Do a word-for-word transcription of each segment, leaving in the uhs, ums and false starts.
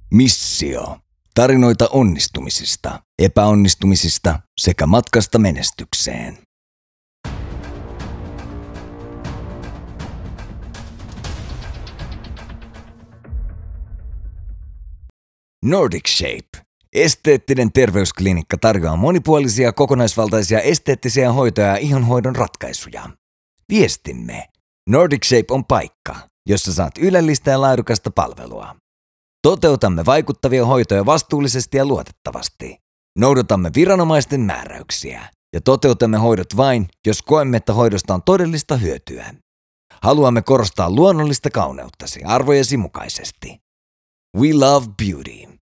Missio. Tarinoita onnistumisista, epäonnistumisista sekä matkasta menestykseen. Nordic Shape. Esteettinen terveysklinikka tarjoaa monipuolisia, kokonaisvaltaisia esteettisiä hoitoja ja ihonhoidon ratkaisuja. Viestimme. Nordic Shape on paikka, jossa saat ylellistä ja laadukasta palvelua. Toteutamme vaikuttavia hoitoja vastuullisesti ja luotettavasti. Noudatamme viranomaisten määräyksiä ja toteutamme hoidot vain, jos koemme, että hoidosta on todellista hyötyä. Haluamme korostaa luonnollista kauneuttasi arvojesi mukaisesti. We love beauty.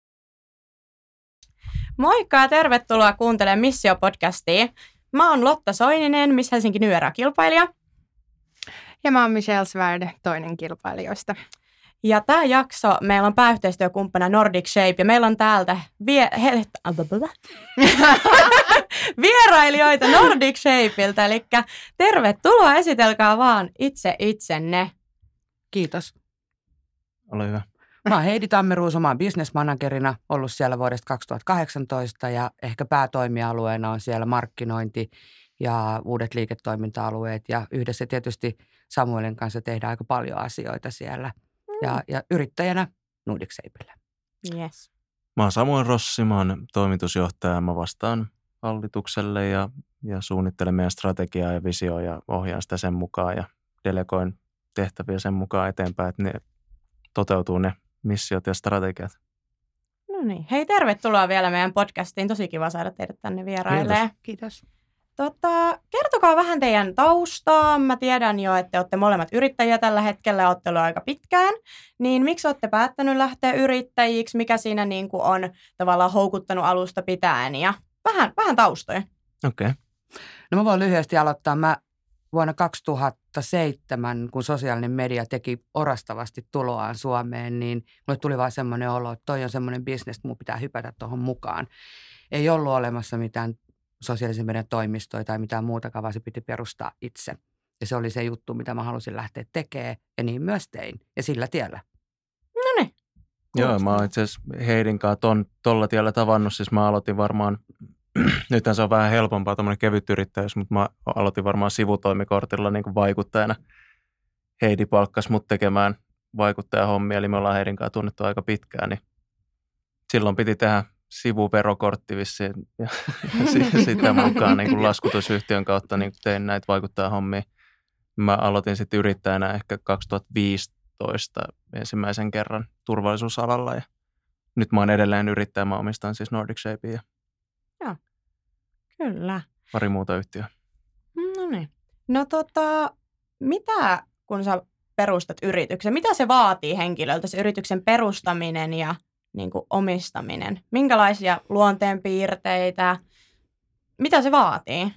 Moikka ja tervetuloa kuuntelemaan Missio-podcastia. Mä oon Lotta Soininen, Miss Helsinki New Era-kilpailija. Ja mä oon Michelle Svärd, toinen kilpailijoista. Ja tämä jakso, meillä on pääyhteistyökumppana Nordic Shape ja meillä on täältä vie- he- vierailijoita Nordic Shapeilta. Eli tervetuloa, esitelkää vaan itse itsenne. Kiitos. Ole hyvä. Mä oon Heidi Tammeruus, mä oon business-managerina ollut siellä vuodesta kaksituhattakahdeksantoista ja ehkä päätoimialueena on siellä markkinointi ja uudet liiketoiminta-alueet ja yhdessä tietysti Samuelin kanssa tehdään aika paljon asioita siellä ja, ja yrittäjänä Nordic Shapeillä. Yes. Mä oon Samuel Rossi, mä oon toimitusjohtaja, mä vastaan hallitukselle ja, ja suunnittelen meidän strategiaa ja visioa ja ohjaan sitä sen mukaan ja delegoin tehtäviä sen mukaan eteenpäin, että ne toteutuu ne missiot ja strategiat. No niin. Hei, tervetuloa vielä meidän podcastiin. Tosi kiva saada teidät tänne vierailemaan. Kiitos. Tota, kertokaa vähän teidän taustaa. Mä tiedän jo, että te olette molemmat yrittäjiä tällä hetkellä ja olette olleet aika pitkään. Niin miksi olette päättänyt lähteä yrittäjiksi? Mikä siinä niin kuin on tavallaan houkuttanut alusta pitäen? Ja vähän, vähän taustoja. Okei. Okay. No mä voin lyhyesti aloittaa. Mä vuonna kaksituhattaseitsemän, kun sosiaalinen media teki orastavasti tuloaan Suomeen, niin mulle tuli vaan semmoinen olo, että toi on semmoinen bisnes, että mun pitää hypätä tuohon mukaan. Ei ollut olemassa mitään sosiaalisen median toimistoja tai mitään muutakaan, vaan se piti perustaa itse. Ja se oli se juttu, mitä mä halusin lähteä tekemään, ja niin myös tein. Ja sillä tiellä. No niin. Joo, mä oon itse asiassa Heidin kanssa ton, tolla tiellä tavannut. Siis mä aloitin varmaan, nythän se on vähän helpompaa, tommoinen kevyt yrittäjyys, mutta mä aloitin varmaan sivutoimikortilla niin kuin vaikuttajana. Heidi palkkasi mut tekemään vaikuttajahommia, eli me ollaan Heidin kanssa tunnettu aika pitkään, niin silloin piti tehdä sivuverokortti vissiin ja sitä mukaan niin kuin laskutusyhtiön kautta niin tein näitä vaikuttajahommia. Mä aloitin sitten yrittäjänä ehkä kaksituhattaviisitoista ensimmäisen kerran turvallisuusalalla ja nyt mä oon edelleen yrittäjä, mä omistan siis Nordic Shapea. Joo, kyllä. Pari muuta yhtiöä. No niin. No tota, mitä kun sä perustat yrityksen, mitä se vaatii henkilöltä, se yrityksen perustaminen ja niin kuin omistaminen? Minkälaisia luonteenpiirteitä? Mitä se vaatii?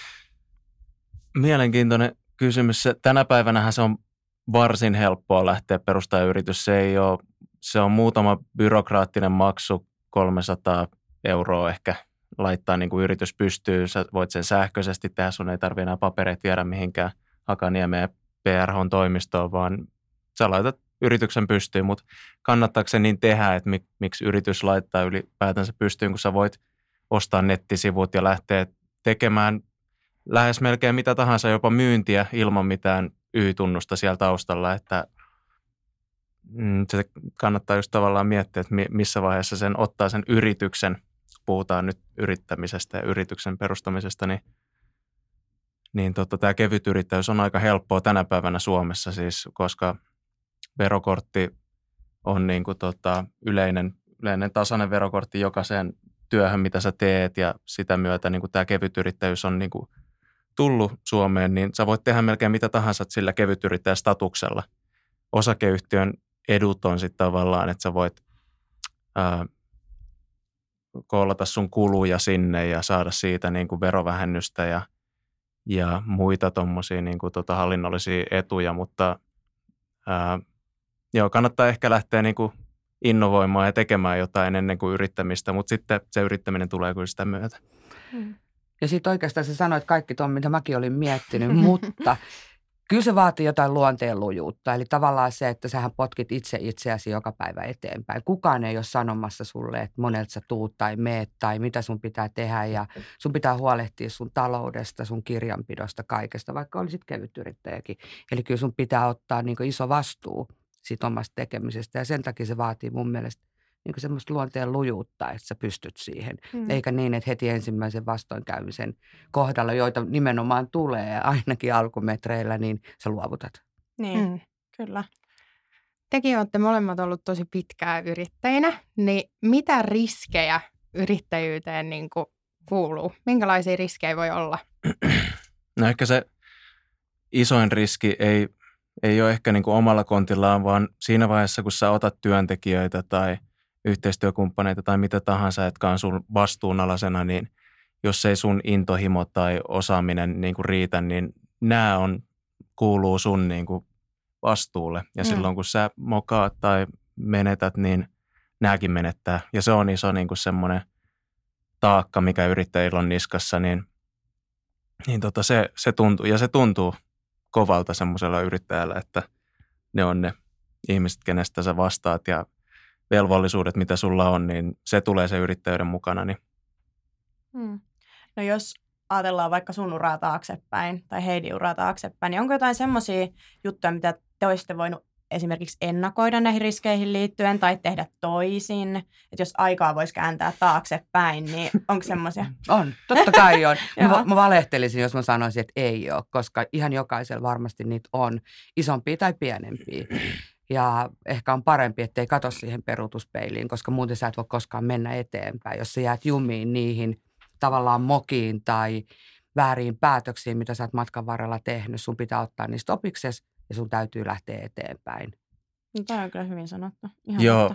Mielenkiintoinen kysymys. Tänä päivänähän se on varsin helppoa lähteä perustamaan yritys. Se ei ole, se on muutama byrokraattinen maksu, kolmesataa euroa ehkä laittaa niin kuin yritys pystyy. Sä voit sen sähköisesti tehdä, sun ei tarvitse enää papereita viedä mihinkään Hakaniemeen P R H-toimistoon, vaan sä laitat yrityksen pystyyn, mutta kannattaako se niin tehdä, että mik, miksi yritys laittaa ylipäätänsä pystyyn, kun sä voit ostaa nettisivut ja lähteä tekemään lähes melkein mitä tahansa, jopa myyntiä ilman mitään Y-tunnusta siellä taustalla, että mm, se kannattaa just tavallaan miettiä, että missä vaiheessa sen ottaa sen yrityksen, puhutaan nyt yrittämisestä ja yrityksen perustamisesta, niin, niin tota, tämä kevyt yrittäjyys on aika helppoa tänä päivänä Suomessa siis, koska verokortti on niin kuin tota yleinen, yleinen tasainen verokortti jokaiseen työhön, mitä sä teet ja sitä myötä niin kuin tämä kevytyrittäjyys on niin kuin tullut Suomeen, niin sä voit tehdä melkein mitä tahansa sillä kevytyrittäjästatuksella. Osakeyhtiön edut on sitten tavallaan, että sä voit ää, koolata sun kuluja sinne ja saada siitä niin kuin verovähennystä ja, ja muita tuommoisia niin kuin tota hallinnollisia etuja, mutta ää, joo, kannattaa ehkä lähteä niin kuin innovoimaan ja tekemään jotain ennen kuin yrittämistä, mutta sitten se yrittäminen tulee kyllä sitä myötä. Ja sitten oikeastaan sä sanoit kaikki tuon, mitä mäkin olin miettinyt, mutta Kyllä se vaatii jotain luonteenlujuutta, eli tavallaan se, että sähän potkit itse itseäsi joka päivä eteenpäin. Kukaan ei ole sanomassa sulle, että monelta sä tuut tai meet tai mitä sun pitää tehdä ja sun pitää huolehtia sun taloudesta, sun kirjanpidosta, kaikesta, vaikka olisit kevytyrittäjäkin. Eli kyllä sun pitää ottaa niin kuin iso vastuu siitä omasta tekemisestä ja sen takia se vaatii mun mielestä niin kuin semmoista luonteen lujuutta, että sä pystyt siihen. Mm. Eikä niin, että heti ensimmäisen vastoinkäymisen kohdalla, joita nimenomaan tulee ainakin alkumetreillä, niin sä luovutat. Niin, mm. kyllä. Tekin olette molemmat ollut tosi pitkään yrittäjinä, niin mitä riskejä yrittäjyyteen niin kuin kuuluu? Minkälaisia riskejä voi olla? No ehkä se isoin riski ei, ei ole ehkä niin kuin omalla kontillaan, vaan siinä vaiheessa, kun sä otat työntekijöitä tai yhteistyökumppaneita tai mitä tahansa, jotka on sun vastuunalaisena, niin jos ei sun intohimo tai osaaminen niin kuin riitä, niin nämä on, kuuluu sun niin kuin vastuulle. Ja mm. silloin kun sä mokaat tai menetät, niin nämäkin menettää. Ja se on iso niin kuin semmoinen taakka, mikä yrittäjillä on niskassa, niin, niin tota se, se tuntuu. Ja se tuntuu kovalta semmoisella yrittäjällä, että ne on ne ihmiset, kenestä sä vastaat ja velvollisuudet, mitä sulla on, niin se tulee se yrittäjyyden mukana. Niin. Hmm. No jos ajatellaan vaikka sun uraa taaksepäin tai Heidin uraa taaksepäin, niin onko jotain semmoisia juttuja, mitä te olisitte voinut esimerkiksi ennakoida näihin riskeihin liittyen tai tehdä toisin? Että jos aikaa voisi kääntää taaksepäin, niin onko semmoisia? On, totta kai on. mä, mä valehtelisin, jos mä sanoisin, että ei ole, koska ihan jokaisella varmasti niitä on, isompia tai pienempiä. Ja ehkä on parempi, ettei katso siihen peruutuspeiliin, koska muuten sä et voi koskaan mennä eteenpäin. Jos sä jäät jumiin niihin tavallaan mokiin tai vääriin päätöksiin, mitä sä oot matkan varrella tehnyt, sun pitää ottaa niistä opiksesi ja sun täytyy lähteä eteenpäin. No, tämä on kyllä hyvin sanottu. Ihan Joo.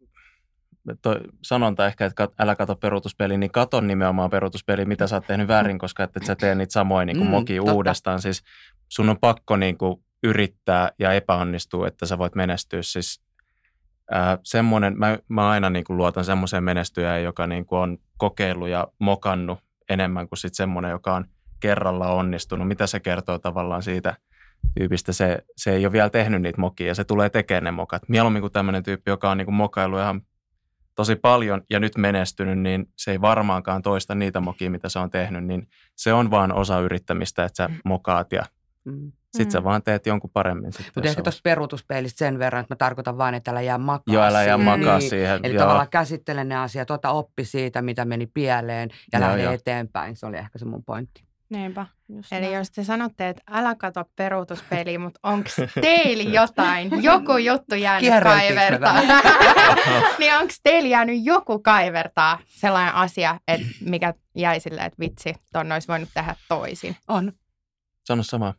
Toi sanonta ehkä, että älä kato peruutuspeiliin, niin kato nimenomaan peruutuspeiliin, mitä sä oot tehnyt väärin, koska et, et sä tee niitä samoin niin kuin mm, mokia totta. uudestaan. Siis sun on pakko niin kuin yrittää ja epäonnistuu, että sä voit menestyä. Siis ää, semmoinen, mä, mä aina niin kuin luotan semmoiseen menestyjään, joka niin kuin on kokeillut ja mokannut enemmän kuin sitten semmoinen, joka on kerralla onnistunut. Mitä se kertoo tavallaan siitä tyypistä? Se, se ei ole vielä tehnyt niitä mokia ja se tulee tekemään ne mokat. Mieluummin kuin tämmöinen tyyppi, joka on niin kuin mokaillut ihan tosi paljon ja nyt menestynyt, niin se ei varmaankaan toista niitä mokia, mitä se on tehnyt. Niin se on vaan osa yrittämistä, että sä mokaat ja mm. Sitten sä vaan teet jonkun paremmin. Mutta ehkä tuosta peruutuspeilistä sen verran, että mä tarkoitan vaan, että älä jää makaa Joo, älä jää siihen. makaa niin. siihen. Eli joo. tavallaan käsittele ne asiat, ota oppi siitä, mitä meni pieleen ja joo, lähde jo. eteenpäin. Se oli ehkä se mun pointti. Niinpä. Eli näin. Jos te sanotte, että älä kato peruutuspeiliin, mutta onko teillä jotain, joku juttu jäänyt kaivertaa? Niin onko teillä jäänyt joku kaivertaa sellainen asia, että mikä jäi silleen, että vitsi, ton olisi voinut tehdä toisin? On. Sano samaa.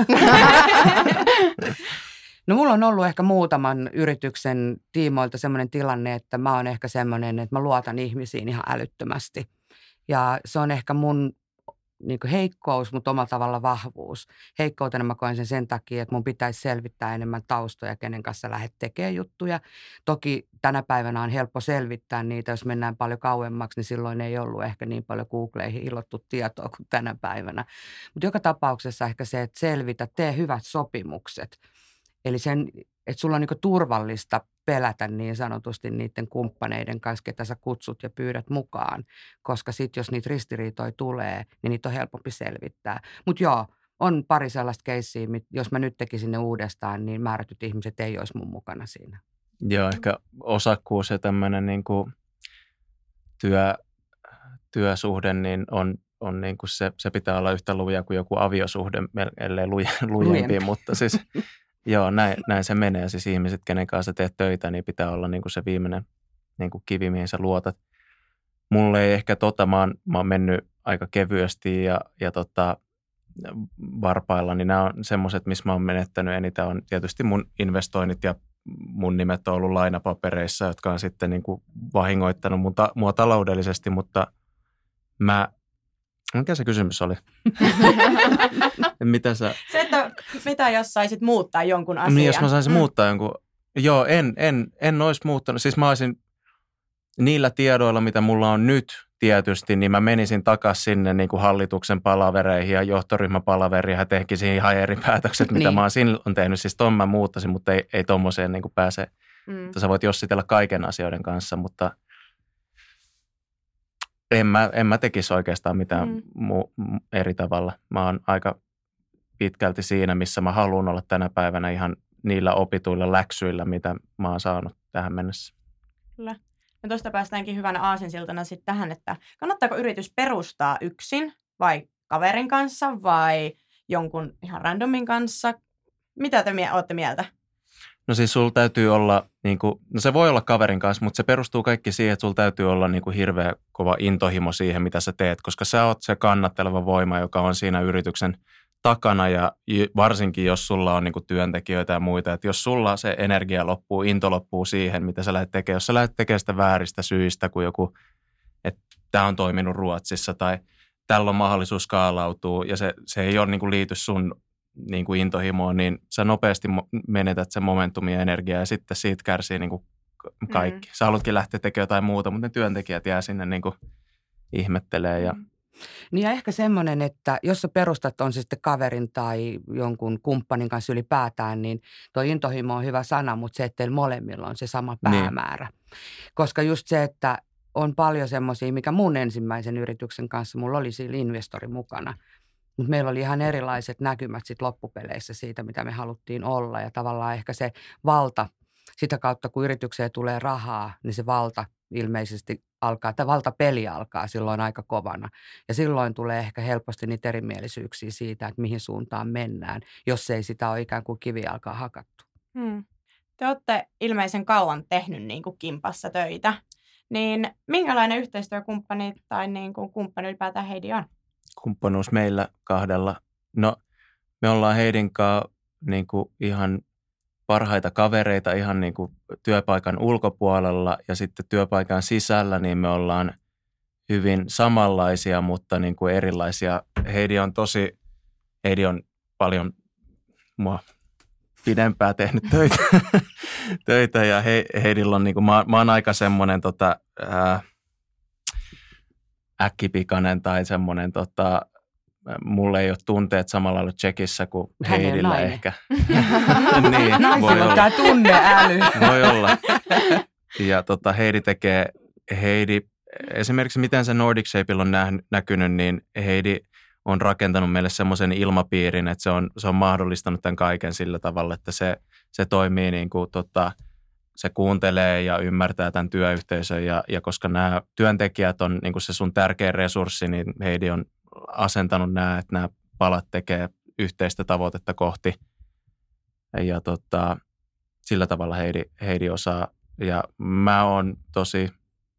No mulla on ollut ehkä muutaman yrityksen tiimoilta semmoinen tilanne, että mä oon ehkä semmoinen, että mä luotan ihmisiin ihan älyttömästi. Ja se on ehkä mun niin kuin heikkous, mutta omalla tavalla vahvuus. Heikkoutena mä koen sen sen takia, että mun pitäisi selvittää enemmän taustoja, kenen kanssa lähdet tekemään juttuja. Toki tänä päivänä on helppo selvittää niitä, jos mennään paljon kauemmaksi, niin silloin ei ollut ehkä niin paljon Googleihin ilottu tietoa kuin tänä päivänä. Mutta joka tapauksessa ehkä se, että selvitä, tee hyvät sopimukset. Eli sen, että sulla on niin kuin turvallista pelätä niin sanotusti niiden kumppaneiden kanssa, ketä sä kutsut ja pyydät mukaan. Koska sitten jos niitä ristiriitoja tulee, niin niitä on helpompi selvittää. Mutta joo, on pari sellaista keissiä, jos mä nyt tekisin ne uudestaan, niin määrätyt ihmiset ei olisi mun mukana siinä. Joo, ehkä osakkuus ja tämmöinen niin kuin työ, työsuhde, niin on, on niin kuin se, se pitää olla yhtä lujaa kuin joku aviosuhde, ellei luje, lujempi, mutta siis joo, näin, näin se menee. Siis ihmiset, kenen kanssa teet töitä, niin pitää olla niin kuin se viimeinen niin kuin kivi, mihin sä luotat. Mulle ei ehkä tota, mä oon, mä oon mennyt aika kevyesti ja, ja tota, varpailla, niin nämä on semmoiset, missä mä oon menettänyt eniten, on tietysti mun investoinnit ja mun nimet on ollut lainapapereissa, jotka on sitten niin kuin vahingoittanut mun ta- mua taloudellisesti, mutta mä, mikä se kysymys oli? Mitä sä? Se, että mitä jos saisit muuttaa jonkun asian? Niin, jos mä saisin mm. muuttaa jonkun, joo, en, en, en olisi muuttanut, siis mä olisin niillä tiedoilla, mitä mulla on nyt tietysti, niin mä menisin takaisin sinne niin kuin hallituksen palavereihin ja johtoryhmän palaveriin ja tekisin ihan eri päätökset, mitä niin. mä oon silloin tehnyt. Siis ton mä muuttaisin, mutta ei, ei tommoseen niin kuin pääse. Mm. Sä voit jossitella kaiken asioiden kanssa, mutta en mä, en mä tekisi oikeastaan mitään mm. mu- eri tavalla. Mä oon aika pitkälti siinä, missä mä haluan olla tänä päivänä ihan niillä opituilla läksyillä, mitä mä oon saanut tähän mennessä. Kyllä. Ja tuosta päästäänkin hyvänä aasinsiltana sitten tähän, että kannattaako yritys perustaa yksin vai kaverin kanssa vai jonkun ihan randomin kanssa? Mitä te mie- olette mieltä? No siis sulla täytyy olla, niin kuin, no se voi olla kaverin kanssa, mutta se perustuu kaikki siihen, että sulla täytyy olla niin kuin hirveä kova intohimo siihen, mitä sä teet, koska sä oot se kannatteleva voima, joka on siinä yrityksen takana ja varsinkin, jos sulla on niin kuin työntekijöitä ja muita, että jos sulla se energia loppuu, into loppuu siihen, mitä sä lähdet tekemään, jos sä lähdet tekemään sitä vääristä syistä kuin joku, että tämä on toiminut Ruotsissa tai tällä on mahdollisuus skaalautua ja se, se ei ole niin kuin liity sun niin kuin intohimoon, niin sä nopeasti menetät sen momentumia ja energiaa ja sitten siitä kärsii niin kuin kaikki. Mm. Sä haluatkin lähteä tekemään jotain muuta, mutta ne työntekijät jää sinne niin kuin ihmettelee ja niin ja ehkä semmoinen, että jos sä perustat on se sitten kaverin tai jonkun kumppanin kanssa ylipäätään, niin tuo intohimo on hyvä sana, mutta se, että teillä molemmilla on se sama päämäärä. Niin. Koska just se, että on paljon semmoisia, mikä mun ensimmäisen yrityksen kanssa, mulla oli siinä investori mukana, mutta meillä oli ihan erilaiset näkymät sit loppupeleissä siitä, mitä me haluttiin olla ja tavallaan ehkä se valta, sitä kautta kun yritykseen tulee rahaa, niin se valta ilmeisesti alkaa, tämä valtapeli alkaa silloin aika kovana. Ja silloin tulee ehkä helposti niitä erimielisyyksiä siitä, että mihin suuntaan mennään, jos ei sitä ole ikään kuin kivijalkaa hakattu. Hmm. Te olette ilmeisen kauan tehnyt niin kuin kimpassa töitä, niin minkälainen yhteistyökumppani tai niin kuin kumppani ylipäätään Heidi on? Kumppanuus meillä kahdella. No me ollaan Heidin kanssa niin kuin ihan parhaita kavereita ihan niin kuin työpaikan ulkopuolella ja sitten työpaikan sisällä, niin me ollaan hyvin samanlaisia, mutta niin kuin erilaisia. Heidi on tosi, Heidi on paljon mua pidempään tehnyt töitä, töitä ja he, Heidillä on, niin kuin, mä, mä oon aika semmoinen tota, ää, äkkipikainen tai semmoinen tota, mulla ei ole tunteet samalla lailla Tsekissä kuin Heidillä ehkä. Niin, naisilla on tämä tunneäly. Voi olla. Ja tota, Heidi tekee, Heidi, esimerkiksi miten se Nordic Shapeilla on nä- näkynyt, niin Heidi on rakentanut meille semmoisen ilmapiirin, että se on, se on mahdollistanut tämän kaiken sillä tavalla, että se, se toimii niin kuin, tota, se kuuntelee ja ymmärtää tämän työyhteisön ja, ja koska nämä työntekijät on niin kuin se sun tärkeä resurssi, niin Heidi on asentanut nämä, että nämä palat tekee yhteistä tavoitetta kohti. Ja tota, sillä tavalla Heidi, Heidi osaa. Ja mä oon tosi,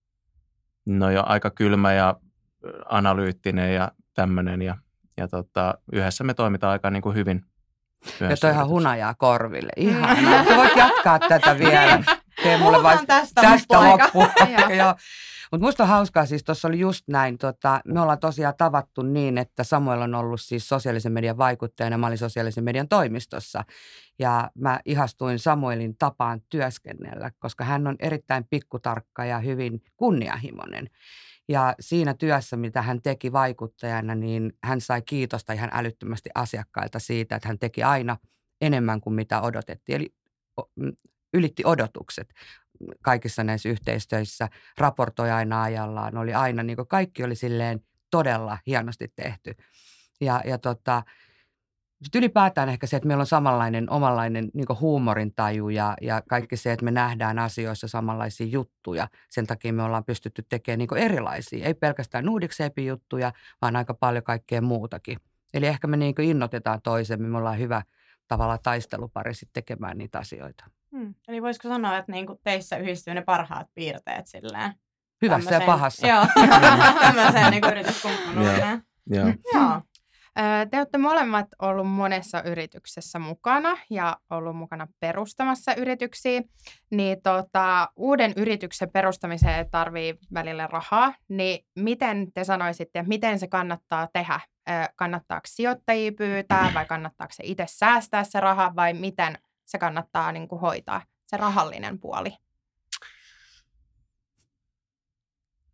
no jo aika kylmä ja analyyttinen ja tämmöinen. Ja, ja tota, yhdessä me toimitaan aika niin kuin hyvin. Ja toihan hunajaa korville. Ihanaa. Sä voit jatkaa tätä vielä. Tee mulle vaikka tästä, tästä loppuun. Mutta musta on hauskaa, siis tuossa oli just näin, tota, me ollaan tosiaan tavattu niin, että Samuel on ollut siis sosiaalisen median vaikuttajana, mä olin sosiaalisen median toimistossa ja mä ihastuin Samuelin tapaan työskennellä, koska hän on erittäin pikkutarkka ja hyvin kunnianhimoinen. Ja siinä työssä, mitä hän teki vaikuttajana, niin hän sai kiitosta ihan älyttömästi asiakkailta siitä, että hän teki aina enemmän kuin mitä odotettiin, eli ylitti odotukset. Kaikissa näissä yhteistöissä, raportoi aina ajallaan, oli aina, niin kuin kaikki oli silleen todella hienosti tehty. Ja, ja tota, ylipäätään ehkä se, että meillä on samanlainen omanlainen niin kuin huumorintaju ja, ja kaikki se, että me nähdään asioissa samanlaisia juttuja. Sen takia me ollaan pystytty tekemään niin kuin erilaisia, ei pelkästään Nordic Shape juttuja, vaan aika paljon kaikkea muutakin. Eli ehkä me niin kuin innoitetaan toisemme, me ollaan hyvä tavalla taistelupari sitten tekemään niitä asioita. Hmm. Eli voisiko sanoa, että niinku teissä yhdistyy ne parhaat piirteet silleen? Hyvässä ja pahassa. Joo, tämmöiseen niinku yrityskumppanuuteen. Joo. Joo. Te olette molemmat ollut monessa yrityksessä mukana ja ollut mukana perustamassa yrityksiä, niin tota, uuden yrityksen perustamiseen tarvii välillä rahaa, niin miten te sanoisitte, miten se kannattaa tehdä? Kannattaako sijoittajia pyytää vai kannattaako se itse säästää se raha vai miten se kannattaa niin kuin hoitaa, se rahallinen puoli?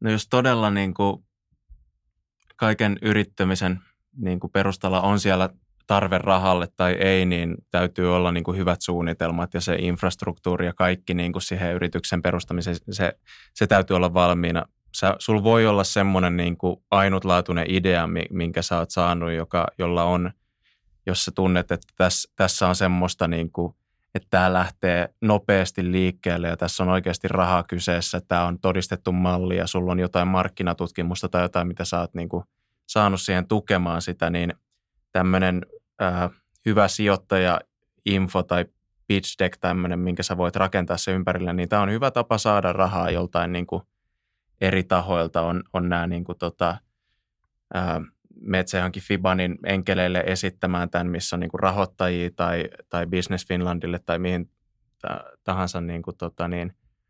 No jos todella niin kuin kaiken yrittämisen niin kuin perustalla on siellä tarve rahalle tai ei, niin täytyy olla niin kuin hyvät suunnitelmat ja se infrastruktuuri ja kaikki niin kuin siihen yrityksen perustamiseen, se, se täytyy olla valmiina. Sä, sulla voi olla semmoinen niin kuin ainutlaatuinen idea, minkä sä oot saanut, joka, jolla on, jos sä tunnet, että tässä, tässä on semmoista, niin kuin, että tämä lähtee nopeasti liikkeelle ja tässä on oikeasti rahaa kyseessä, tämä on todistettu malli ja sulla on jotain markkinatutkimusta tai jotain, mitä sä oot niin kuin saanut siihen tukemaan sitä, niin tämmöinen äh, hyvä sijoittaja, info tai pitch deck, tämmöinen, minkä sä voit rakentaa se ympärille, niin tämä on hyvä tapa saada rahaa joltain niin kuin eri tahoilta. On, on nämä niin kuin tota, äh, Metsä johonkin Fibanin enkeleille esittämään tämän, missä on niin kuin rahoittajia tai, tai Business Finlandille tai mihin tahansa niin kuin tota niin,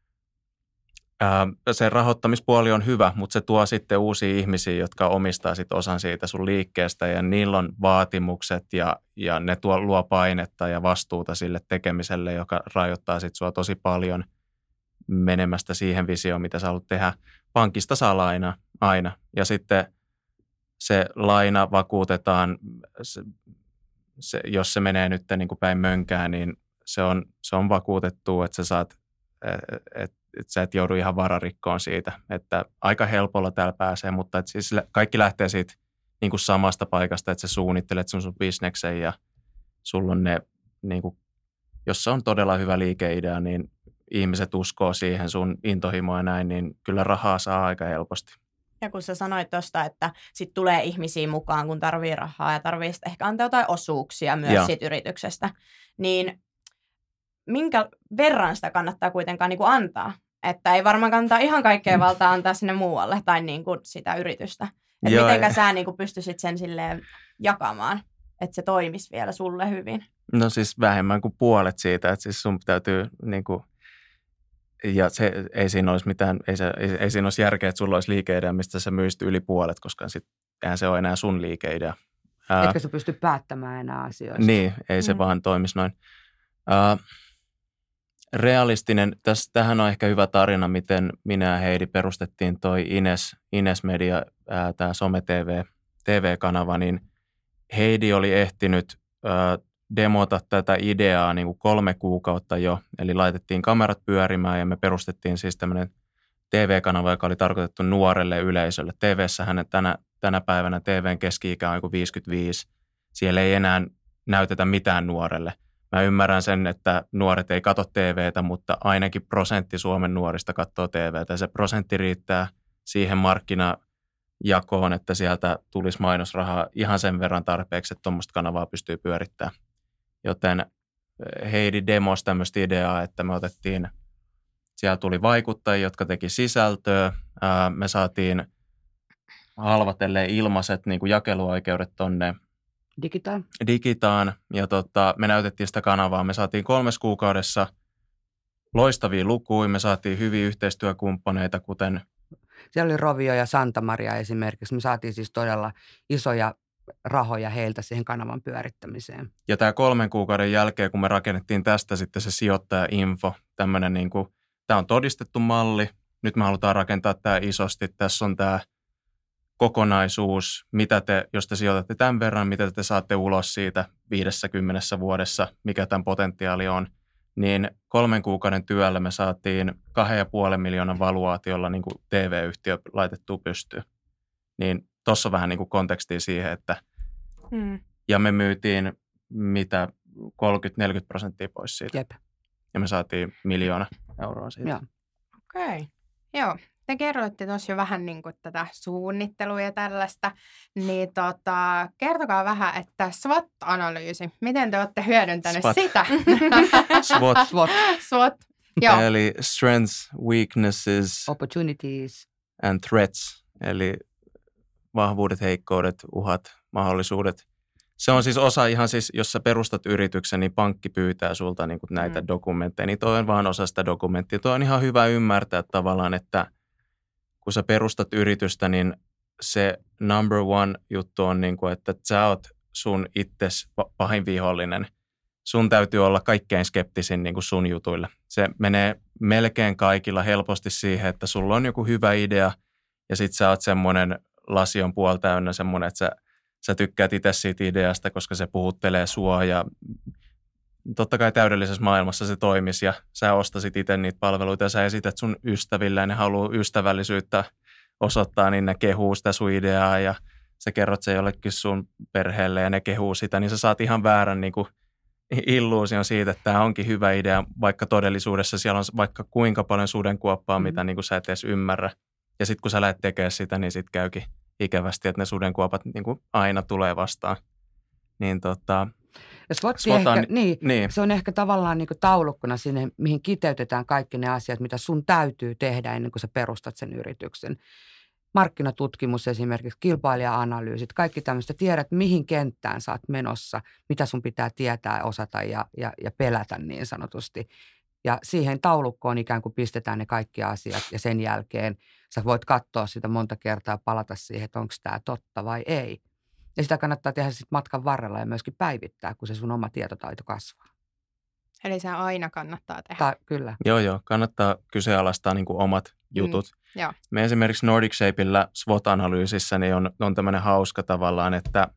se rahoittamispuoli on hyvä, mutta se tuo sitten uusia ihmisiä, jotka omistaa sitten osan siitä sun liikkeestä ja niillä on vaatimukset ja, ja ne tuo, luo painetta ja vastuuta sille tekemiselle, joka rajoittaa sitten sua tosi paljon menemästä siihen visioon, mitä sä haluat tehdä. Pankista saa laina aina ja sitten se laina vakuutetaan, se, se, jos se menee nyt niin kuin päin mönkään, niin se on, se on vakuutettu, että sä saat, että et sä et joudu ihan vararikkoon siitä, että aika helpolla täällä pääsee, mutta et siis kaikki lähtee siitä niin kuin samasta paikasta, että sä suunnittelet sun, sun bisneksen ja sulla on ne, niin kuin, jos se on todella hyvä liikeidea, niin ihmiset uskoo siihen sun intohimoa ja näin, niin kyllä rahaa saa aika helposti. Ja kun sä sanoit tuosta, että sit tulee ihmisiä mukaan, kun tarvii rahaa ja tarvii ehkä antaa jotain osuuksia myös ja. siitä yrityksestä, niin minkä verran sitä kannattaa kuitenkaan niin kuin antaa? Että ei varmaan kannata ihan kaikkea valtaa antaa sinne muualle tai niin kuin sitä yritystä. Että mitenkä sä niin kuin pystyisit sen silleen jakamaan, että se toimisi vielä sulle hyvin? No siis vähemmän kuin puolet siitä, että siis sun täytyy niin kuin, ja se, ei siinä olisi mitään, ei, se, ei, ei siinä olisi järkeä, että sulla olisi liikeidea, mistä sä myisit yli puolet, koska sit, eihän se ole enää sun liikeidea. Etkö sä pysty päättämään enää asioista? Niin, ei se mm. vaan toimisi noin. Uh, realistinen, täs, tähän on ehkä hyvä tarina, miten minä ja Heidi perustettiin toi Ines, Ines Media, tämä some-T V, T V-kanava, niin Heidi oli ehtinyt ää, demota tätä ideaa niin kuin kolme kuukautta jo, eli laitettiin kamerat pyörimään ja me perustettiin siis tämmöinen T V-kanava, joka oli tarkoitettu nuorelle yleisölle. T V:ssähän tänä, tänä päivänä T V:n keski-ikä on joku viisikymmentäviisi, siellä ei enää näytetä mitään nuorelle. Mä ymmärrän sen, että nuoret ei katso T V:tä, mutta ainakin prosentti Suomen nuorista katsoo T V:tä. Se prosentti riittää siihen markkinajakoon, että sieltä tulisi mainosrahaa ihan sen verran tarpeeksi, että tuommoista kanavaa pystyy pyörittämään. Joten Heidi demosi tämmöistä ideaa, että me otettiin, siellä tuli vaikuttajia, jotka teki sisältöä. Me saatiin halvatelleen ilmaiset niin kuin jakeluoikeudet tonne Digitaan. Digitaan, ja tota, me näytettiin sitä kanavaa. Me saatiin kolmes kuukaudessa loistavia lukuja, me saatiin hyviä yhteistyökumppaneita, kuten... Siellä oli Rovio ja Santa Maria esimerkiksi. Me saatiin siis todella isoja rahoja heiltä siihen kanavan pyörittämiseen. Ja tämä kolmen kuukauden jälkeen, kun me rakennettiin tästä sitten se sijoittaja-info, tämmöinen niin kuin, tämä on todistettu malli, nyt me halutaan rakentaa tämä isosti, tässä on tämä kokonaisuus, mitä te, jos te sijoitatte tämän verran, mitä te saatte ulos siitä viidessäkymmenessä vuodessa, mikä tämän potentiaali on, niin kolmen kuukauden työllä me saatiin kahden ja puolen miljoonan valuaatiolla niin kuin T V-yhtiö laitettua pystyyn. Niin tuossa on vähän niin kuin kontekstia siihen, että hmm. ja me myytiin mitä kolmekymmentä neljäkymmentä prosenttia pois siitä. Jep. Ja me saatiin miljoona euroa siitä. Okei. Okay. Joo. Te kerroitte tuossa jo vähän niin kuin tätä suunnittelua ja tällaista, niin tota, kertokaa vähän, että SWOT-analyysi, miten te olette hyödyntäneet Spot. sitä? SWOT. SWOT. SWOT. Joo. Eli strengths, weaknesses, opportunities and threats, eli vahvuudet, heikkoudet, uhat, mahdollisuudet. Se on siis osa ihan siis, jos sä perustat yrityksen, niin pankki pyytää sulta niin kuin näitä mm. dokumentteja, niin toi on vaan osa sitä dokumenttia. Toi on ihan hyvä ymmärtää tavallaan, että kun sä perustat yritystä, niin se number one juttu on, niin kuin, että sä oot sun itses pahin vihollinen. Sun täytyy olla kaikkein skeptisin niin kuin sun jutuille. Se menee melkein kaikilla helposti siihen, että sulla on joku hyvä idea, ja sit sä oot semmoinen, lasi on puoli täynnä semmoinen, että sä, sä tykkäät itse siitä ideasta, koska se puhuttelee sua ja totta kai täydellisessä maailmassa se toimisi ja sä ostasit itse niitä palveluita ja sä esität sun ystäville ja ne haluaa ystävällisyyttä osoittaa, niin ne kehuu sitä sun ideaa ja sä kerrot se jollekin sun perheelle ja ne kehuu sitä, niin sä saat ihan väärän niin kuin illuusion siitä, että tämä onkin hyvä idea, vaikka todellisuudessa siellä on vaikka kuinka paljon sudenkuoppaa, mm. mitä niin kuin sä et edes ymmärrä. Ja sitten kun sä lähdet tekemään sitä, niin sitten käykin ikävästi, että ne sudenkuopat niin kuin aina tulee vastaan. Niin tota... Ja SWOT ehkä, niin, niin. Se on ehkä tavallaan niin kuin taulukkona sinne, mihin kiteytetään kaikki ne asiat, mitä sun täytyy tehdä ennen kuin sä perustat sen yrityksen. Markkinatutkimus esimerkiksi, kilpailija-analyysit, kaikki tämmöistä. Tiedät, mihin kenttään sä oot menossa, mitä sun pitää tietää, osata ja, ja, ja pelätä niin sanotusti. Ja siihen taulukkoon ikään kuin pistetään ne kaikki asiat ja sen jälkeen sä voit katsoa sitä monta kertaa ja palata siihen, että onko tämä totta vai ei. Ja sitä kannattaa tehdä sitten matkan varrella ja myöskin päivittää, kun se sun oma tietotaito kasvaa. Eli se aina kannattaa tehdä. Ta- kyllä. Joo, joo. Kannattaa kyseenalaistaa niin kuin omat jutut. Mm, joo. Me esimerkiksi Nordic Shapeillä SWOT-analyysissä niin on, on tämmöinen hauska tavallaan, että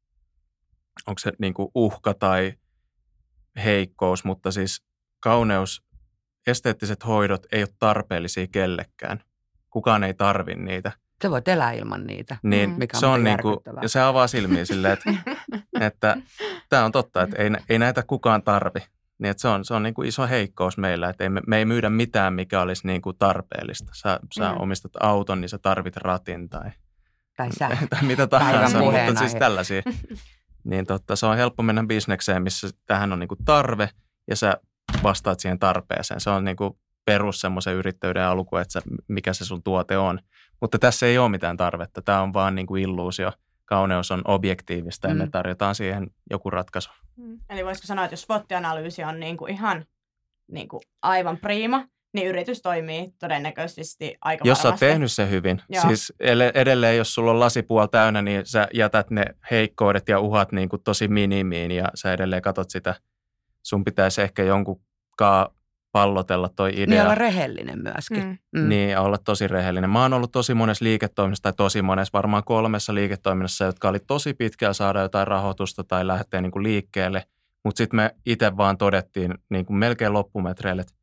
onko se niin kuin uhka tai heikkous, mutta siis kauneus, esteettiset hoidot ei ole tarpeellisia kellekään. Kukaan ei tarvi niitä. Se voit elää ilman niitä, niin, mikä on se on niinku, ja se avaa silmiä silleen, että, että tämä on totta, että ei, ei näitä kukaan tarvi. Niin, että se on, se on niinku iso heikkous meillä, että ei, me, me ei myydä mitään, mikä olisi niinku tarpeellista. Sä, sä mm. omistat auton, niin sä tarvit ratin tai, tai, sä. tai mitä tahansa, mutta siis tällaisia. Niin totta, se on helppo mennä bisnekseen, missä tähän on niinku tarve ja sä vastaat siihen tarpeeseen. Se on niinku perus semmoisen yrittäjyyden alku, että sä, mikä se sun tuote on. Mutta tässä ei ole mitään tarvetta. Tämä on vaan niinku illuusio. Kauneus on objektiivista ja mm. me tarjotaan siihen joku ratkaisu. Mm. Eli voisiko sanoa, että jos SWOT-analyysi on niinku ihan niinku aivan prima, niin yritys toimii todennäköisesti aika Jos varmasti. sä oot tehnyt se hyvin. Joo. Siis edelleen, jos sulla on lasipuoli täynnä, niin sä jätät ne heikkoudet ja uhat niinku tosi minimiin ja sä edelleen katot sitä. Sun pitäisi ehkä jonkunkaan pallotella toi idea. Niin olla rehellinen myöskin. Mm. Mm. Niin, olla tosi rehellinen. Mä oon ollut tosi monessa liiketoiminnassa, tai tosi monessa, varmaan kolmessa liiketoiminnassa, jotka oli tosi pitkällä saada jotain rahoitusta tai lähteä niin kuin liikkeelle. Mutta sitten me itse vaan todettiin niin kuin melkein loppumetreille, että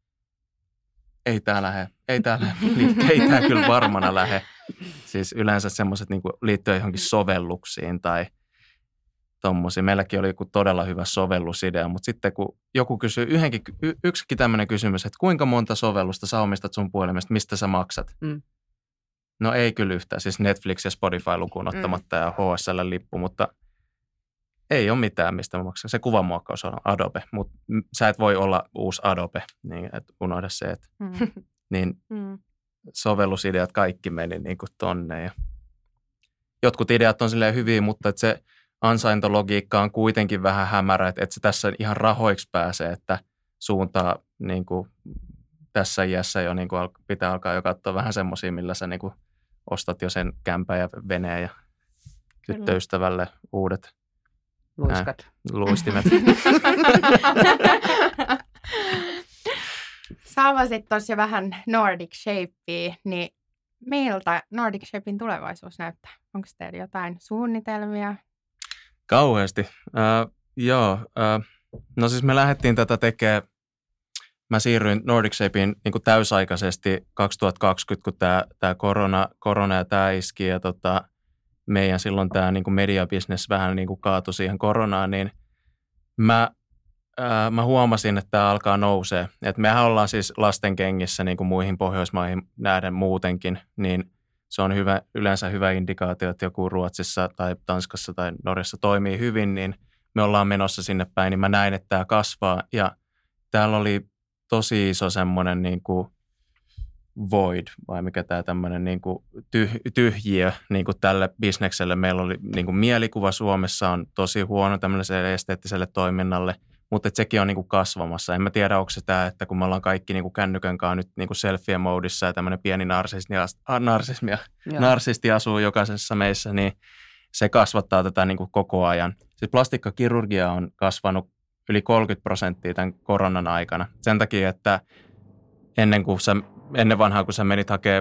ei tää lähde, ei tää lähde, ei tää kyllä varmana lähde. Siis yleensä semmoiset niin kuin liittyen johonkin sovelluksiin tai tommosia. Meilläkin oli joku todella hyvä sovellusidea, mutta sitten kun joku kysyy, yhdenkin, y- yksikin tämmöinen kysymys, että kuinka monta sovellusta sä omistat sun puhelimesta, mistä sä maksat? Mm. No ei kyllä yhtään, siis Netflix ja Spotify lukuun ottamatta mm. ja H S L-lippu, mutta ei ole mitään, mistä mä maksan. Se kuvanmuokkaus on Adobe, mutta sä et voi olla uusi Adobe, niin et unohda se, että mm. niin mm. sovellusideat kaikki meni niin kuin tonne. Ja jotkut ideat on silleen hyviä, mutta että se ansaintologiikka on kuitenkin vähän hämärä, että, että se tässä ihan rahoiksi pääsee, että suuntaa niin kuin tässä iässä jo niin kuin pitää alkaa jo katsoa vähän semmoisia, millä sä niin kuin ostat jo sen kämpän ja veneen ja Kyllä. tyttöystävälle uudet luiskat. Ää, luistimet. Sä avasit tuossa jo vähän Nordic Shapea, niin miltä Nordic Shapein tulevaisuus näyttää? Onko teillä jotain suunnitelmia? Kauheasti. Uh, joo. Uh, no siis me lähdettiin tätä tekemään. Mä siirryin Nordic Shapeen niin kuin täysaikaisesti kaksituhattakaksikymmentä, kun tämä, tämä korona, korona ja tämä iski. Ja tota, meidän silloin tämä niin kuin mediabisnes vähän niin kuin kaatui siihen koronaan, niin mä, ää, mä huomasin, että tämä alkaa nousee. Et mehän ollaan siis lasten kengissä niin kuin muihin Pohjoismaihin nähden muutenkin, niin se on hyvä, yleensä hyvä indikaatio, että joku Ruotsissa tai Tanskassa tai Norjassa toimii hyvin, niin me ollaan menossa sinne päin, niin mä näin, että tämä kasvaa. Ja täällä oli tosi iso semmoinen niin kuin void, vai mikä tämä tämmöinen niin kuin tyh, tyhjiö niin kuin tälle bisnekselle. Meillä oli niin kuin mielikuva Suomessa on tosi huono tämmöiselle esteettiselle toiminnalle, mutta sekin on niin kuin kasvamassa. En mä tiedä, onko se tämä, että kun me ollaan kaikki niin kuin kännykän kanssa nyt niin kuin selfie-moodissa ja tämmöinen pieni narsismi, narsismi, narsisti asuu jokaisessa meissä, niin se kasvattaa tätä niin kuin koko ajan. Siis plastikkakirurgia on kasvanut yli kolmekymmentä prosenttia tämän koronan aikana. Sen takia, että ennen, kuin sä, ennen vanhaa, kun sä menit hakemaan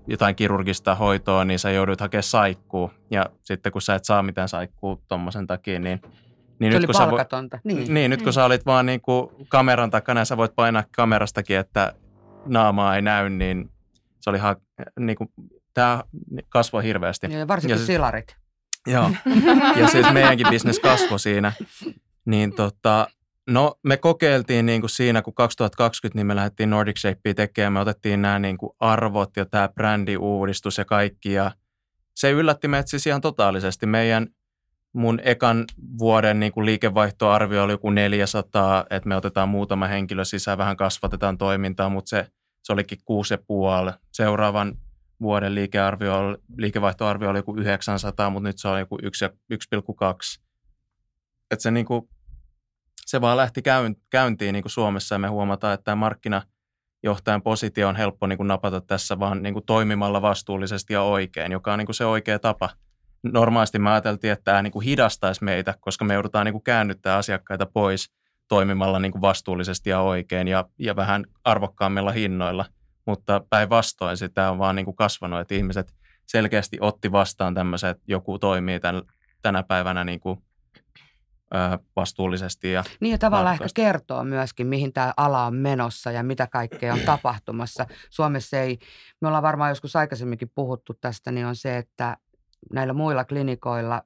jotain kirurgista hoitoa, niin sä joudut hakemaan saikkuu. Ja sitten kun sä et saa mitään saikkuu tommosen takia, niin... niin se nyt, oli kun palkatonta. Sä, niin. niin, nyt kun mm. sä olit vaan niin kuin kameran takana ja sä voit painaa kamerastakin, että naamaa ei näy, niin se oli ha, niin kuin, tää kasvoi hirveästi. Ja varsinkin ja siis, silarit. Joo, ja siis meidänkin business kasvoi siinä. Niin tota, no me kokeiltiin niin kuin siinä, kun kaksituhattakaksikymmentä, niin me lähdettiin Nordic Shapea tekemään. Me otettiin nämä niin kuin arvot ja tämä brändiuudistus ja kaikki. Ja se yllätti meitä siis ihan totaalisesti. Meidän mun ekan vuoden niin kuin liikevaihtoarvio oli joku neljäsataa, että me otetaan muutama henkilö sisään, vähän kasvatetaan toimintaa, mutta se, se olikin kuusi ja puoli. Seuraavan vuoden liikearvio, liikevaihtoarvio oli joku yhdeksänsataa, mutta nyt se on joku yksi pilkku kaksi. Että se, niin kuin, se vaan lähti käyntiin niin kuin Suomessa ja me huomataan, että tämä markkinajohtajan positio on helppo niin kuin napata tässä vaan niin kuin toimimalla vastuullisesti ja oikein, joka on niin kuin se oikea tapa. Normaalisti me ajateltiin, että tämä niin kuin hidastaisi meitä, koska me joudutaan niin kuin käännyttää asiakkaita pois toimimalla niin kuin vastuullisesti ja oikein ja, ja vähän arvokkaammilla hinnoilla. Mutta päinvastoin sitä on vaan niin kuin kasvanut, että ihmiset selkeästi otti vastaan tämmöiset, että joku toimii tämän, tänä päivänä niin kuin, ö, vastuullisesti. Ja niin ja tavallaan ehkä kertoo myöskin, mihin tämä ala on menossa ja mitä kaikkea on tapahtumassa. Suomessa ei, me ollaan varmaan joskus aikaisemminkin puhuttu tästä, niin on se, että näillä muilla klinikoilla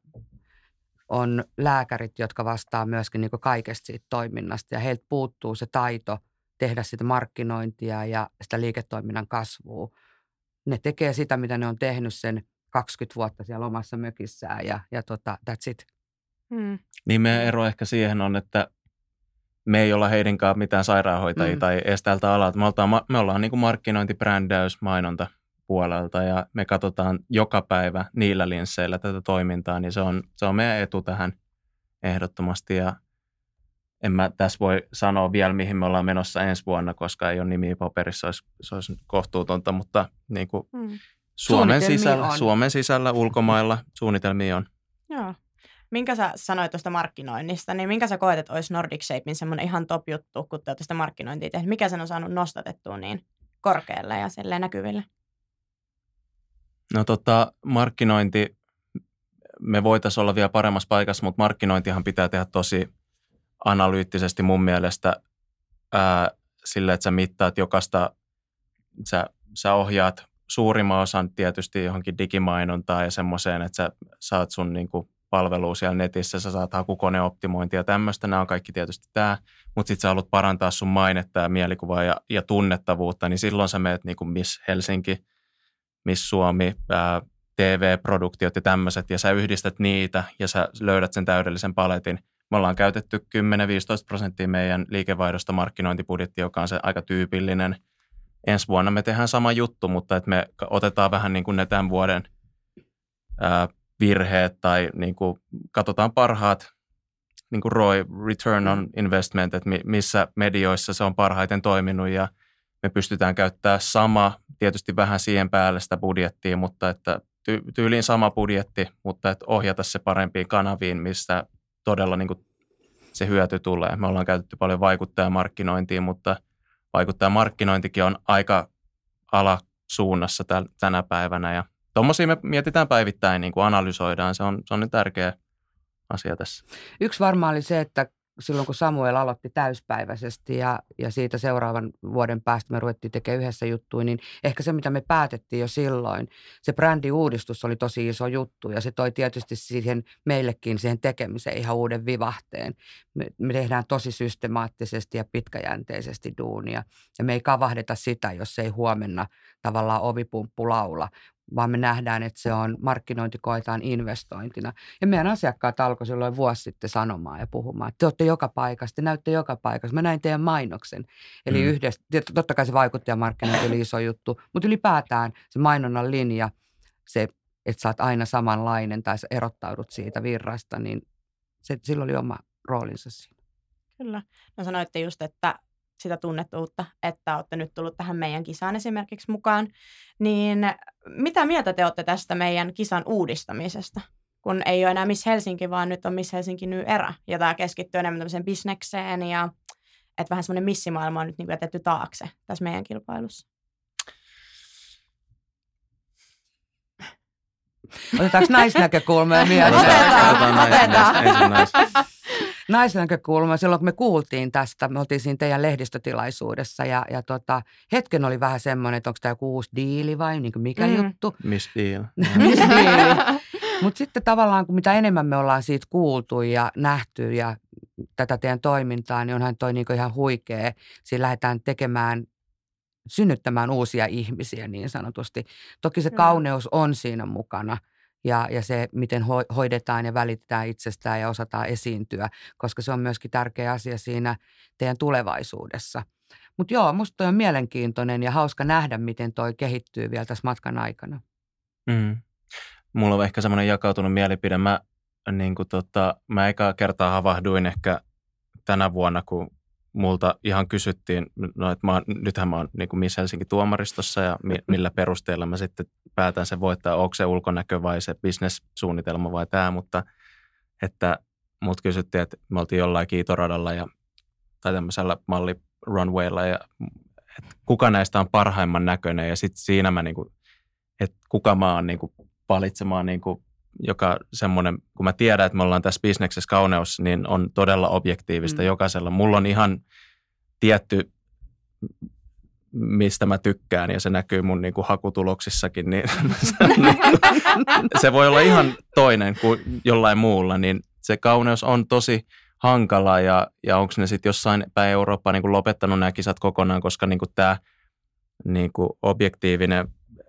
on lääkärit, jotka vastaa myöskin niin kuin kaikesta siitä toiminnasta ja heiltä puuttuu se taito tehdä sitä markkinointia ja sitä liiketoiminnan kasvua. Ne tekee sitä, mitä ne on tehnyt sen kaksikymmentä vuotta siellä omassa mökissään ja, ja tota, that's it. Hmm. Niin meidän ero ehkä siihen on, että me ei olla heidenkaan mitään sairaanhoitajia hmm. tai edes tältä alalta. Me, oltaan, me ollaan niin kuin markkinointi, brändäys, mainonta puolelta ja me katsotaan joka päivä niillä linsseillä tätä toimintaa, niin se on, se on meidän etu tähän ehdottomasti ja en mä tässä voi sanoa vielä, mihin me ollaan menossa ensi vuonna, koska ei ole nimiä paperissa, olisi, se olisi kohtuutonta, mutta niin kuin hmm. Suomen, sisällä, Suomen sisällä, ulkomailla suunnitelmia on. Joo. Minkä sä sanoit tuosta markkinoinnista, niin minkä sä koet, että olisi Nordic Shapein semmoinen ihan top juttu, kun te olette sitä markkinointia tehnyt? Mikä sen on saanut nostatettua niin korkealle ja silleen näkyville? No tota, markkinointi, me voitaisiin olla vielä paremmassa paikassa, mutta markkinointihan pitää tehdä tosi analyyttisesti mun mielestä ää, sillä, että sä mittaat jokaista, sä, sä ohjaat suurimman osan tietysti johonkin digimainontaan ja semmoiseen, että sä saat sun niin kuin palvelua siellä netissä, sä saat hakukoneoptimointia ja tämmöistä, nämä on kaikki tietysti tämä, mutta sit sä haluat parantaa sun mainetta ja mielikuvaa ja, ja tunnettavuutta, niin silloin sä meet niin kuin Miss Helsinki, Miss Suomi, ää, T V-produktiot ja tämmöiset, ja sä yhdistät niitä ja sä löydät sen täydellisen paletin. Me ollaan käytetty kymmenen viisitoista prosenttia meidän liikevaihdosta markkinointibudjetti, joka on se aika tyypillinen. Ensi vuonna me tehdään sama juttu, mutta että me otetaan vähän niin kuin ne tämän vuoden ää, virheet tai niin kuin katsotaan parhaat niin kuin R O I, Return on Investment, että missä medioissa se on parhaiten toiminut ja me pystytään käyttämään sama, tietysti vähän siihen päälle sitä budjettia, mutta että ty- tyyliin sama budjetti, mutta että ohjata se parempiin kanaviin, mistä todella niin kuin se hyöty tulee. Me ollaan käytetty paljon vaikuttajamarkkinointia, mutta vaikuttajamarkkinointikin on aika alasuunnassa täl- tänä päivänä ja tuommoisia me mietitään päivittäin, niin kuin analysoidaan. Se on, se on nyt tärkeä asia tässä. Yksi varmaan oli se, että silloin kun Samuel aloitti täyspäiväisesti ja, ja siitä seuraavan vuoden päästä me ruvettiin tekemään yhdessä juttuja, niin ehkä se, mitä me päätettiin jo silloin, se brändiuudistus oli tosi iso juttu ja se toi tietysti siihen meillekin siihen tekemiseen ihan uuden vivahteen. Me, me tehdään tosi systemaattisesti ja pitkäjänteisesti duunia ja me ei kavahdeta sitä, jos ei huomenna tavallaan ovipumppu laula, vaan me nähdään, että se on markkinointi koetaan investointina. Ja meidän asiakkaat alkoi silloin vuosi sitten sanomaan ja puhumaan, että te olette joka paikassa, te näytte joka paikassa. Mä näin teidän mainoksen. Eli mm. yhdessä, totta kai se vaikuttajamarkkinointi oli iso juttu, mutta ylipäätään se mainonnan linja, se, että sä oot aina samanlainen tai sä erottaudut siitä virrasta, niin se, sillä oli oma roolinsa siinä. Kyllä. No sanoitte just, että sitä tunnettuutta, että olette nyt tullut tähän meidän kisaan esimerkiksi mukaan, niin mitä mieltä te olette tästä meidän kisan uudistamisesta? Kun ei ole enää Miss Helsinki, vaan nyt on Miss Helsinki New Era, ja tämä keskittyy enemmän tämmöiseen bisnekseen, ja että vähän semmoinen missimaailma on nyt niin jätetty taakse tässä meidän kilpailussa. Otetaanko naisnäkökulmaa mieleen? Otetaan, otetaan. otetaan. Naisnäkökulma, silloin kun me kuultiin tästä, me oltiin siinä teidän lehdistötilaisuudessa ja, ja tota, hetken oli vähän semmoinen, että onko tämä joku uusi diili vai niin kuin mikä mm. juttu. Miss deal. Miss deal. Mutta sitten tavallaan, kun mitä enemmän me ollaan siitä kuultu ja nähty ja tätä teidän toimintaa, niin onhan toi niinku ihan huikea. Siinä lähdetään tekemään, synnyttämään uusia ihmisiä niin sanotusti. Toki se Kyllä. kauneus on siinä mukana ja, ja se, miten ho- hoidetaan ja välitetään itsestään ja osataan esiintyä, koska se on myöskin tärkeä asia siinä teidän tulevaisuudessa. Mutta joo, musta toi on mielenkiintoinen ja hauska nähdä, miten toi kehittyy vielä tässä matkan aikana. Mm. Mulla on ehkä semmoinen jakautunut mielipide. Mä, niin kuin tota, mä ekaa kertaa havahduin ehkä tänä vuonna, kun multa ihan kysyttiin, no, että mä oon, nythän mä oon niin kuin Miss Helsinki tuomaristossa ja mi, millä perusteella mä sitten päätän sen voittaa, onko se ulkonäkö vai se business-suunnitelma vai tämä, mutta että mut kysyttiin, että me oltiin jollain kiitoradalla ja, tai tämmöisellä malli runwaylla ja että kuka näistä on parhaimman näköinen ja sitten siinä mä niin kuin, että kuka mä oon niin kuin valitsemaan niin kuin, joka semmoinen, kun mä tiedän, että me ollaan tässä bisneksessä kauneus, niin on todella objektiivista mm. jokaisella. Mulla on ihan tietty, mistä mä tykkään ja se näkyy mun niin kuin hakutuloksissakin, niin se voi olla ihan toinen kuin jollain muulla, niin se kauneus on tosi hankala ja, ja onko ne sitten jossain päin Eurooppaa niin kuin lopettanut nämä kisat kokonaan, koska niin kuin tämä niin kuin objektiivinen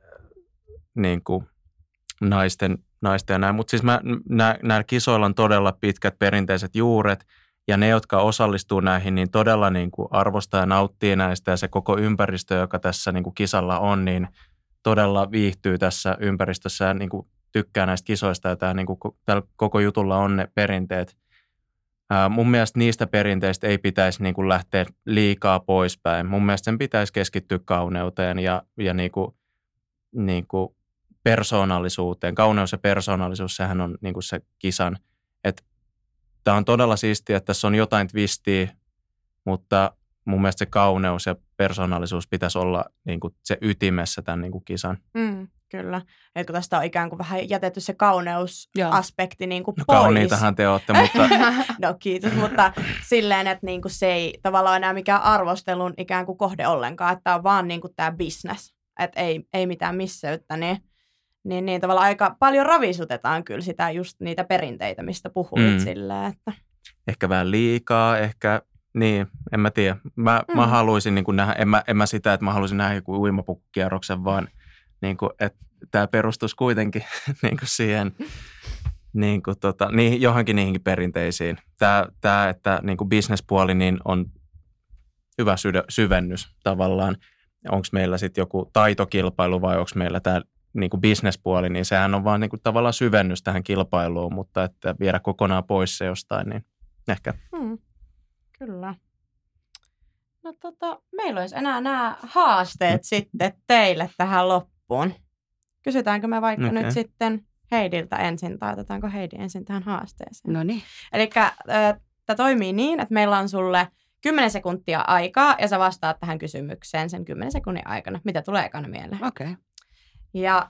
niin kuin naisten, naisten ja näin. Mutta siis näillä kisoilla on todella pitkät perinteiset juuret ja ne, jotka osallistuu näihin, niin todella niin kuin arvostaa ja nauttii näistä ja se koko ympäristö, joka tässä niin kuin kisalla on, niin todella viihtyy tässä ympäristössä ja niin kuin tykkää näistä kisoista ja tämä, niin kuin, tällä koko jutulla on ne perinteet. Ää, mun mielestä niistä perinteistä ei pitäisi niin kuin lähteä liikaa poispäin. Mun mielestä sen pitäisi keskittyä kauneuteen ja, ja niin kuin, niin kuin persoonallisuuteen. Kauneus ja persoonallisuus, sehän on niin kuin se kisan. Tämä on todella siistiä, että tässä on jotain twistiä, mutta mun mielestä se kauneus ja persoonallisuus pitäisi olla niin kuin se ytimessä tämän niin kuin kisan. Mm, kyllä. Et kun tästä on ikään kuin vähän jätetty se kauneusaspekti niin kuin no, pois. Kauniitahan te olette, mutta... no kiitos, mutta silleen, että niin kuin se ei tavallaan enää mikään arvostelun ikään kuin kohde ollenkaan, että on vaan niin kuin tämä business, että ei, ei mitään misseyttä, niin Niin, niin tavallaan aika paljon ravisutetaan kyllä sitä just niitä perinteitä, mistä puhuit mm. silleen, että... Ehkä vähän liikaa, ehkä, niin, en mä tiedä. Mä, mm. mä haluaisin niin kuin nähdä, en mä, en mä sitä, että mä haluaisin nähdä joku uimapukkukierroksen, vaan niin kuin, että tämä perustus kuitenkin niin kuin siihen, niin kuin tota, niihin, johonkin niihinkin perinteisiin. Tämä, tämä että niin kuin businesspuoli niin on hyvä sydä, syvennys tavallaan. Onko meillä sitten joku taitokilpailu vai onko meillä tämä niin kuin businesspuoli, niin sehän on vaan niin kuin tavallaan syvennys tähän kilpailuun, mutta että viedä kokonaan pois se jostain, niin ehkä. Hmm, kyllä. No tota, meillä olisi enää nämä haasteet hmm. sitten teille tähän loppuun. Kysytäänkö me vaikka okay. nyt sitten Heidiltä ensin, tai otetaanko Heidi ensin tähän haasteeseen? No niin. Elikkä tämä toimii niin, että meillä on sulle kymmenen sekuntia aikaa, ja sä vastaat tähän kysymykseen sen kymmenen sekunnin aikana. Mitä tulee ekana mieleen? Okei. Okay. Ja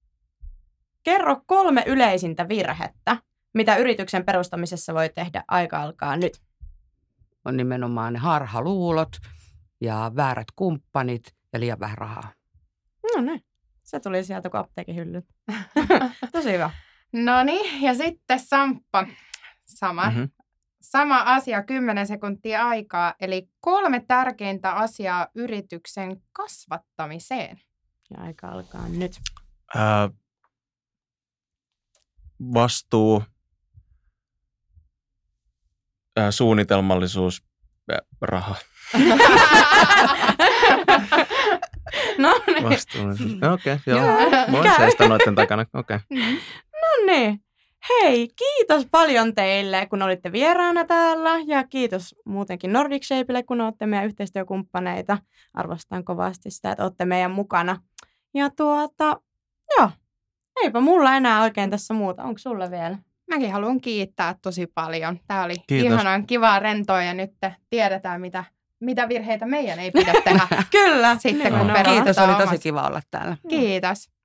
kerro kolme yleisintä virhettä, mitä yrityksen perustamisessa voi tehdä. Aika alkaa nyt. On nimenomaan ne harhaluulot ja väärät kumppanit ja liian vähän rahaa. No niin, se tuli sieltä kuin apteekin hyllyt. Tosi hyvä. No niin, ja sitten Samppa, sama. Mm-hmm. Sama asia, kymmenen sekuntia aikaa, eli kolme tärkeintä asiaa yrityksen kasvattamiseen. Ja aika alkaa nyt. Ää, vastuu, ää, suunnitelmallisuus, ää, raha. No niin. Vastuullisuus. Okei, okay, joo. Voin seistä noiden takana. Okei. Okay. No niin. Hei, kiitos paljon teille, kun olitte vieraana täällä, ja kiitos muutenkin Nordic Shapeille, kun olette meidän yhteistyökumppaneita. Arvostan kovasti sitä, että olette meidän mukana. Ja tuota, joo, eipä mulla enää oikein tässä muuta. Onko sulla vielä? Mäkin haluan kiittää tosi paljon. Tämä oli kiitos. Ihanan kivaa rentoa, ja nyt tiedetään, mitä, mitä virheitä meidän ei pidä tehdä. Kyllä. Sitten, kun kiitos, oli tosi kiva olla täällä. Kiitos.